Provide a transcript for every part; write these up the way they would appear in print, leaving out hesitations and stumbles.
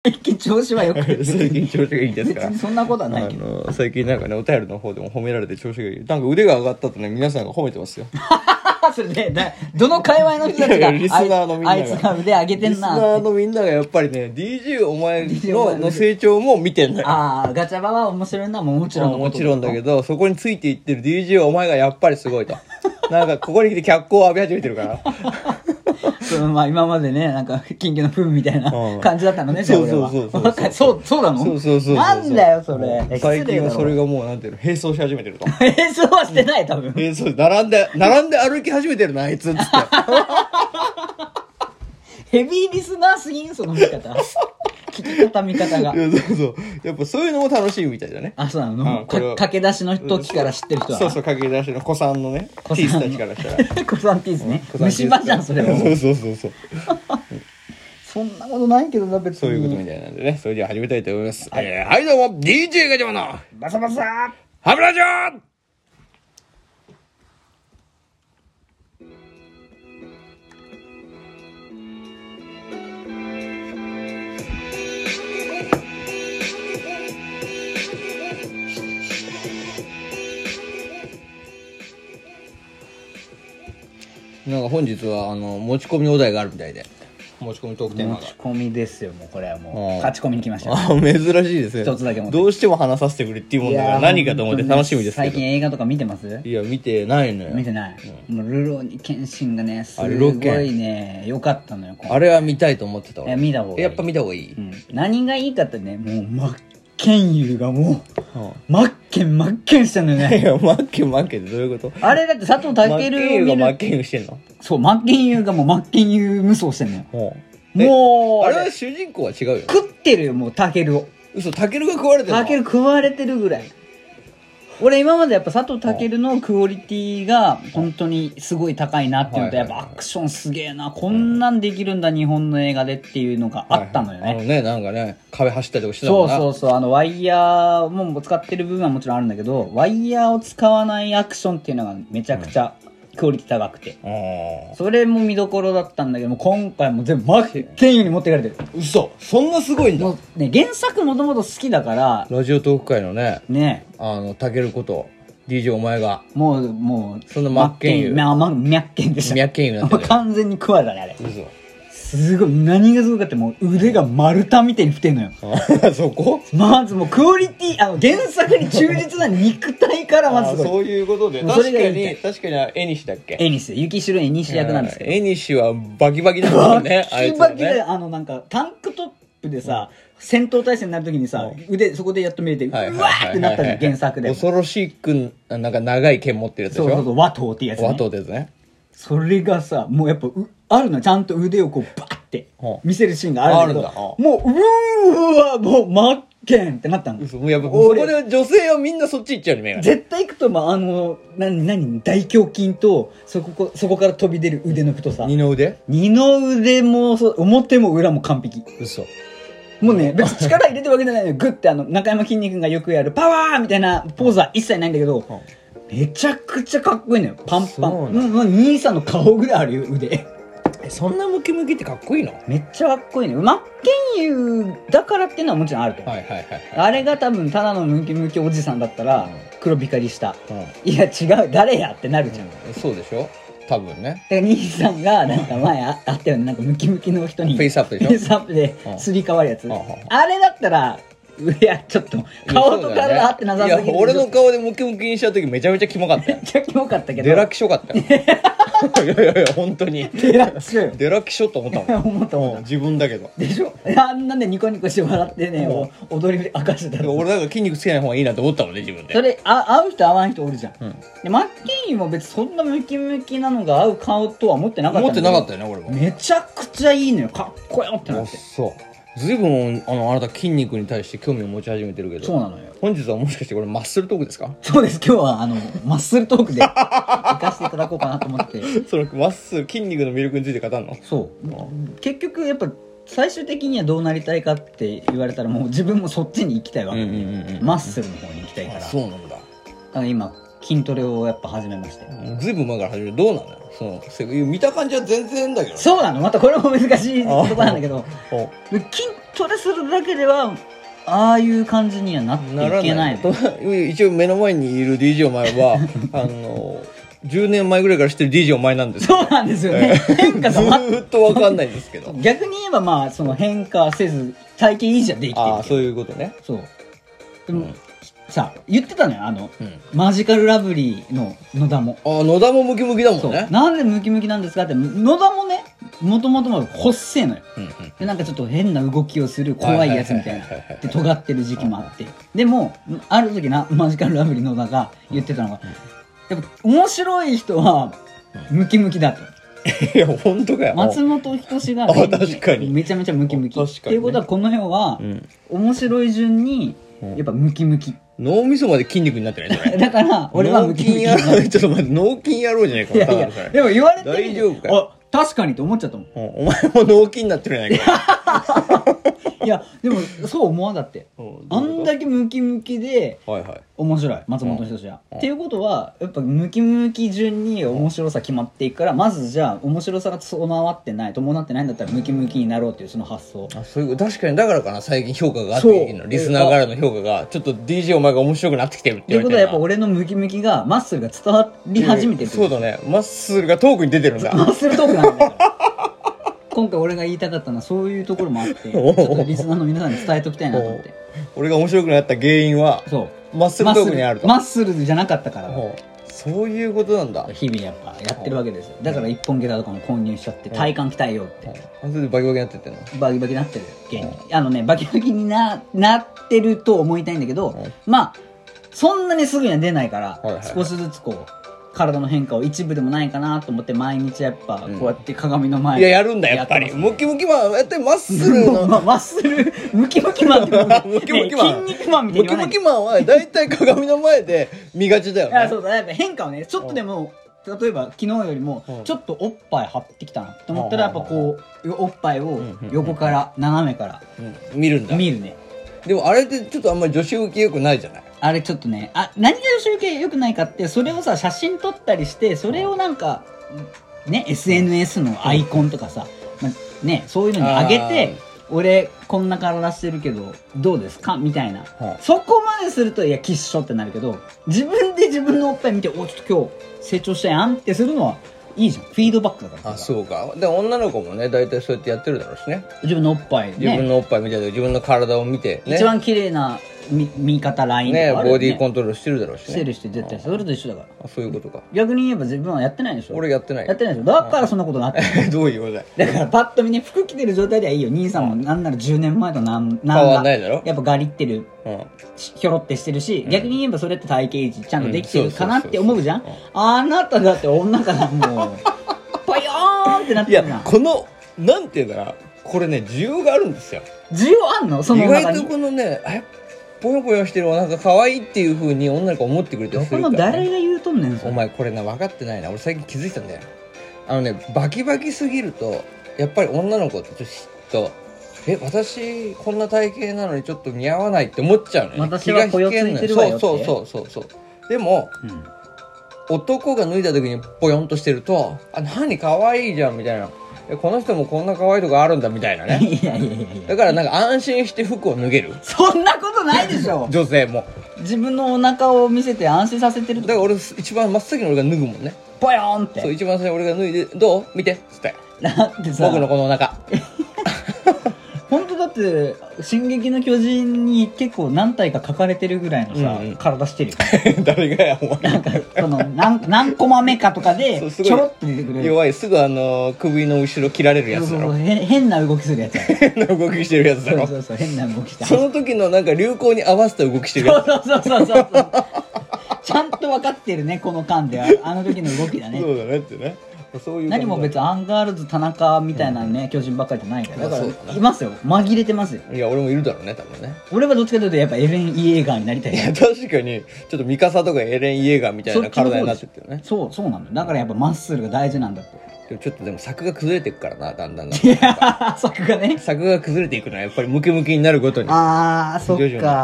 最近調子はよく最近調子がいいんですか。 別にそんなことはないけど最近なんかね、お便りの方でも褒められて調子がいい。なんか腕が上がったとね、皆さんが褒めてますよ。 それでどの界隈の人たちがリスナーのみんながあいつが腕上げてリスんなナーのみんながやっぱりね、DJ お前の成長も見てんだよ。 ああガチャバは面白いなもちろんのこともちろんだけど、そこについていってる DJ お前がやっぱりすごいと。なんかここに来て脚光を浴び始めてるから。 まあ今までねなんか緊急の風みたいな感じだったのね、 そうじゃあそう俺はそうなのそうなんだよそれ最近はそれがもうなんていうの、並走し始めてると。 並走はしてない多分並走並んで歩き始めてるなあいつっつって。 ヘビーリスナーすぎんその見方聞き方見方がそうやっぱそういうのも楽しいみたいだね。 あそうなの、駆け出しの時から知ってる人はそう駆け出しの子さんのねティースたちからしたら子さんティースね、虫歯じゃんそれはそうそんなことないけどな別にそういうことみたいなんでね。それでは始めたいと思います。はいどうも DJ ガチャマのバサバサハブラジオ。なんか本日は持ち込みお題があるみたいで、持ち込みトークテーマが持ち込みですよもうこれはもう勝ち込みに来ましたよ珍しいですね。 一つだけ持ってどうしても話させてくれっていうもんだから何かと思って楽しみですけど。 最近映画とか見てます？ いや見てないのよ。 見てない、もうルローニケンシンがねすごルロケンいね良かったのよあれは見たいと思ってた俺。 見た方がいいやっぱ見た方がいい、 何がいいかってねもう真剣佑がもう真っ剣してんのよいねやマッケンってどういうこと？ あれだって佐藤健を見るマッケンしてんの？ そう真剣佑がもう真剣佑無双してんのよもうあれは主人公は違うよね。 食ってるよもう健を嘘、タケルが食われてるの？ 健食われてるぐらい俺今までやっぱ佐藤健のクオリティが本当にすごい高いなっていうのとやっぱアクションすげえなこんなんできるんだ日本の映画でっていうのがあったのよねなんかね壁走ったりとかしてたもんな。 そうワイヤーも使ってる部分はもちろんあるんだけどワイヤーを使わないアクションっていうのがめちゃくちゃクオリティ高くて、それも見どころだったんだけども今回も全部真剣佑に持っていかれてる。 嘘、そんなすごいんだ。 もうね原作もともと好きだからラジオトーク界のねタケルことDJ お前がもうそんな真っ剣佑脈剣でした。 脈剣佑になってる。 完全に食われたねあれ。 嘘。 すごい何がすごかってもう腕が丸太みたいに太んのよそこまずもうクオリティ原作に忠実な肉体からまずそういうことで確かにエニシだっけ？ エニシ雪城エニシ役なんですけどエニシはバキバキだもんね。 バキバキでなんかタンクトップでさ戦闘態勢になるときにさ腕そこでやっと見えてうわーってなったの原作で恐ろしくなんか長い剣持ってるやつでしょ。 そう和刀っていうやつね。 和刀ですね。それがさもうやっぱあるのちゃんと腕をこうバッて見せるシーンがあるんだけどもうわもう真っ剣ってなったの。 もうやっぱそこで女性はみんなそっち行っちゃうね目が。 絶対行くと何大胸筋とそこから飛び出る腕の太さ。二の腕も表も裏も完璧。 嘘。 もうね別に力入れてるわけじゃないのよ。グッて中山きんに君がよくやるパワーみたいなポーズは一切ないんだけどめちゃくちゃかっこいいのよ。パンパン兄さんの顔ぐらいあるよ腕。 そんなムキムキってかっこいいの？ めっちゃかっこいいね。真剣佑だからっていうのはもちろんあると思う。あれが多分ただのムキムキおじさんだったら黒光りした、いや違う誰やってなるじゃん、 そうでしょ多分ね。 だから兄さんがなんか前あったよねなんかムキムキの人にフェイスアップでしょ。 フェイスアップですり替わるやつ、あれだったらいやちょっと顔と体合ってなさすぎる。 いや俺の顔でムキムキにした時めちゃめちゃキモかったよ。 めっちゃキモかったけどデラキショかったよ。いや本当にデラキショよ。 デラキショと思ったもん。 思った自分だけど。 でしょ。あんなんでニコニコして笑ってね踊り明かしてたら俺なんか筋肉つけない方がいいなと思ったもんね自分で。 それ合う人合わん人おるじゃん、でマッケンユーも別にそんなムキムキなのが合う顔とは思ってなかった。 思ってなかったよね俺も。 めちゃくちゃいいのよ。かっこよってなって。 そうずいぶんあなた筋肉に対して興味を持ち始めてるけど。 そうなのよ。 本日はもしかしてこれマッスルトークですか？ そうです。今日はマッスルトークで行かせていただこうかなと思ってそのマッスル筋肉の魅力について語るの？ そう結局やっぱ最終的にはどうなりたいかって言われたらもう自分もそっちに行きたいわけ、マッスルの方に行きたいから。 そうなんだ。 だから今筋トレをやっぱ始めまして。 ずいぶん前から始める。どうなのよその見た感じは全然だけど。 そうなの。またこれも難しい言葉なんだけど、 お筋トレするだけでは、ああいう感じにはなっていけない。 一応目の前にいる DJ お前は、10年前ぐらいから知ってる DJ お前なんですそうなんですよね。変化がずーっとわかんないんですけど。 逆に言えばまあ、その変化せず、体型維持はできてる。 ああ、そういうことね。 そう。でも、さ、言ってたのよ、 うんマジカルラブリーの野田も。 ああ、野田もムキムキだもそう。 んね。 なんでムキムキなんですかって、野田もね、もともと細いのよ。 うんうんで、なんかちょっと変な動きをする怖いやつみたいな。 はいはいはいはいで、尖ってる時期もあって。でも、ある時マジカルラブリー野田が言ってたのが、やっぱ面白い人はムキムキだと。 いや、本当かよ。 松本人志が確かにめちゃめちゃムキムキ。 確かにねっていうことはこの辺は、 うん面白い順に、やっぱムキムキ。 脳みそまで筋肉になってないそれ。 だから、俺はムキムキ。 脳筋やろう。ちょっと待って、脳筋やろうじゃないか。 いやいやただそれでも言われてみて大丈夫かよあ、確かにと思っちゃったもん。 お前も脳筋になってるやないか。 いや、でも、そう思わんだって。 うんあんだけムキムキで、 はいはい。 面白い。松本人志は。 うんっていうことは、やっぱムキムキ順に面白さ決まっていくから、まずじゃあ、面白さが伴ってないんだったらムキムキになろうっていうその発想。 あ、そういうこと。確かにだからかな、最近評価があっていいの。 そうリスナーからの評価が、ちょっと DJ お前が面白くなってきてるってっていうことはやっぱ俺俺のムキムキが、マッスルが伝わり始めてるってこと。 そうだね。マッスルがトークに出てるんだ。 マッスルトークなんだから今回俺が言いたかったのはそういうところもあって、ちょっとリスナーの皆さんに伝えておきたいなと思って。 俺が面白くなった原因は、 そう。 マッスルトークにあると。 マッスルじゃなかったからだ。 ほうそういうことなんだ。 日々やっぱやってるわけですよ。だから一本下駄とかも購入しちゃって体幹鍛えようって。 それでバキバキになってってんの。 バキバキなってる現に。バキバキになってると思いたいんだけど、まあ、そんなにすぐには出ないから、 はいはいはい少しずつこう、体の変化を一部でもないかなと思って毎日やっぱこうやって鏡の前いや、やるんだ、やっぱり。 てますムキムキマン、やってマッスルの。 マッスル、ムキムキマンってことムキムキマン。 ね筋肉マンみたいムキに言わないムキマンは、だいたい鏡の前で見がちだよいや、 ね。 そうだ、やっぱ変化をね、ちょっとでも、例えば昨日よりもうんちょっとおっぱい張ってきたなって思ったらやっぱこうおっぱいを横から斜めからうん見るんだ。 見るね。 でもあれってちょっとあんまり女子受け良くないじゃない。 あれちょっとね、何が女子受け良くないかって、それをさ、写真撮ったりして、それをなんか、ね、SNS のアイコンとかさ、ね、そういうのに上げて、俺、こんな体してるけど、どうですかみたいな。そこまですると、いや、きっしょってなるけど、自分で自分のおっぱい見て、お、ちょっと今日、成長したやんってするのは、いいじゃん。フィードバックだから。 あ、そうか。で、女の子もね、大体そうやってやってるだろうしね。 自分のおっぱいね。 自分のおっぱい見てる、自分の体を見て、ね。 一番綺麗な見方ラインとかあるよね。 ボディーコントロールしてるだろうしね。 してる人絶対それと一緒だから。 あ、そういうことか。 逆に言えば自分はやってないでしょ。 俺やってない。 やってないでしょ。だからそんなことになってる。 どういうことだよ。 だからパッと見ね、服着てる状態ではいいよ。兄さんもなんなら10年前となん変わんないだろ。 やっぱガリってる、 うん。 ひょろってしてるし、逆に言えばそれって体型維持ちゃんとできてるかなってうん思うじゃん。あなただって女からもう、ぽよーんってなっていやるじゃん。 このなんていうんだな、これね需要があるんですよ。 需要あんのその意中に。 外とこのねぽよぽよしてるお腹可愛いっていう風に女の子思ってくれてどこの誰が言うとんねんそれ。 お前これな分かってないな。俺最近気づいたんだよ。バキバキすぎるとやっぱり女の子ってちょっと私こんな体型なのにちょっと似合わないって思っちゃうのよね。 私はぽよついてるわよって。 そうでも、男が脱いだ時にポヨンとしてると何可愛いじゃんみたいな、この人もこんな可愛いとこあるんだみたいなね。 いやいやいやいや。 だからなんか安心して服を脱げる。 そんなことないでしょ。 女性も。 自分のお腹を見せて安心させてるとだから俺一番真っ先に俺が脱ぐもんね。 ぽよーんって。 そう一番最初に俺が脱いでどう見てっつってだってさ、 僕のこのお腹本当だって「進撃の巨人」に結構何体か書かれてるぐらいのさ、 うんうん体してるよ誰がやお前なんかその何コマ目かとかでそうすごいちょろっと出てくる弱いすぐ首の後ろ切られるやつだろ。 そう変な動きするやつや変な動きしてるやつだろ。 そう変な動きしてその時のなんか流行に合わせた動きしてるやつ。 そうちゃんと分かってるねこの間ではあの時の動きだねそうだねってね。そういう何も別にアンガールズ田中みたいなね、巨人ばっかりじゃないからだからそうだないますよ紛れてますよ。 いや俺もいるだろうね多分ね。 俺はどっちかというとやっぱエレン・イエーガーになりたいいや確かにちょっとミカサとかエレン・イエーガーみたいな体になってってるね。 そうなんだよ。だからやっぱマッスルが大事なんだって。 でもちょっとでも柵が崩れていくからなだんだんいや柵がね。 柵が崩れていくのはやっぱりムキムキになるごとに。 あー、そっ徐々 か。 に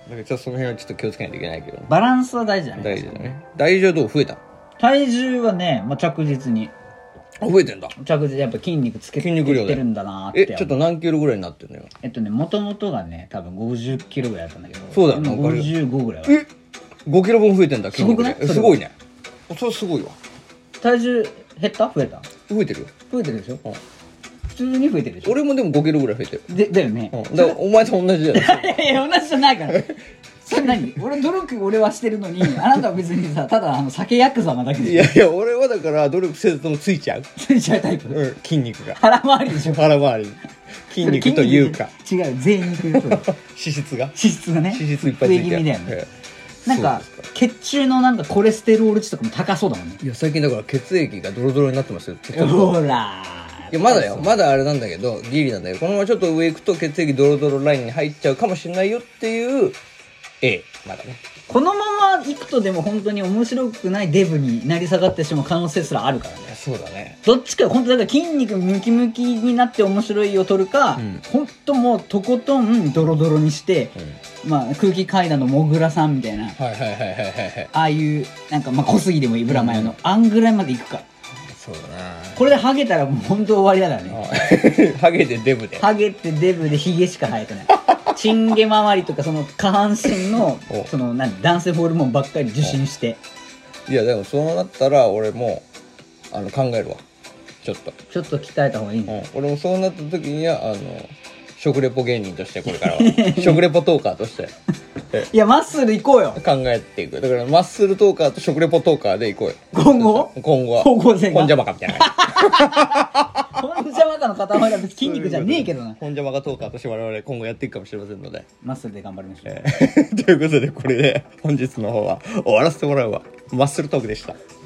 からちょっとその辺はちょっと気をつけないといけないけど、 バランスは大事だね。 大事だね。体重はどう増えた？ 体重はね、まあ、着実に。 増えてんだ。 着実にやっぱ筋肉つけて筋肉量ってるんだなーって。 ちょっと何キロぐらいになってるのよ。 もともとがね、多分50キロぐらいだったんだけど。 そうだよね。 今55ぐらいは。 5キロ分増えてんだ、筋肉で。 すごくない？ すごいね。それすごいわ。 体重減った増えた？ 増えてるよ。 増えてるでしょ？普通に増えてるでしょ？ 俺もでも5キロぐらい増えてる。 だよね。 だからお前と同じだよ。 いや、同じじゃないから。それ何？俺はしてるのに、あなたは別にさ、ただ酒ヤクザなだけで。 いやいや、俺はだから努力せずともついちゃう。 ついちゃうタイプ。 うん、筋肉が。 腹回りでしょ？ 腹回り。筋肉というか。 違う、贅肉よ。 脂質が。 脂質がね。 脂質いっぱいついてる。 増え気味だよね。なんか血中のなんかコレステロール値とかも高そうだもんね。 いや、最近だから血液がドロドロになってますよ。 ほらいや、まだよ。まだあれなんだけど、ギリなんだけど、このままちょっと上行くと血液ドロドロラインに入っちゃうかもしれないよっていう、まだね。 このまま行くとでも本当に面白くないデブになり下がってしまう可能性すらあるからね。 そうだね。 どっちか、本当だから筋肉ムキムキになって面白いを取るか、本当もうとことんドロドロにして、まあ空気階段のもぐらさんみたいな、ああいうなんかまあ小杉でもいいブラマヨの、あんぐらいまで行くか。 そうだな。 これでハゲたらもう本当終わりだからね。 ハゲでデブで。 ハゲってデブでヒゲしか生えてない。チンゲ周りとかその下半身のその男性ホルモンばっかり受診して。 いやでもそうなったら俺も考えるわ。ちょっと鍛えた方がいいね。 俺もそうなった時には食レポ芸人としてこれからは食レポトーカーとしていやマッスル行こうよ。 考えていく。だからマッスルトーカーと食レポトーカーで行こうよ。 今後は方向性が本邪魔かみたいな本邪魔かの塊は別に筋肉じゃねえけどな。 本邪魔がトーカーとして我々今後やっていくかもしれませんので、 マッスルで頑張りましょう。 ということでこれで本日の方は終わらせてもらうわ。マッスルトークでした。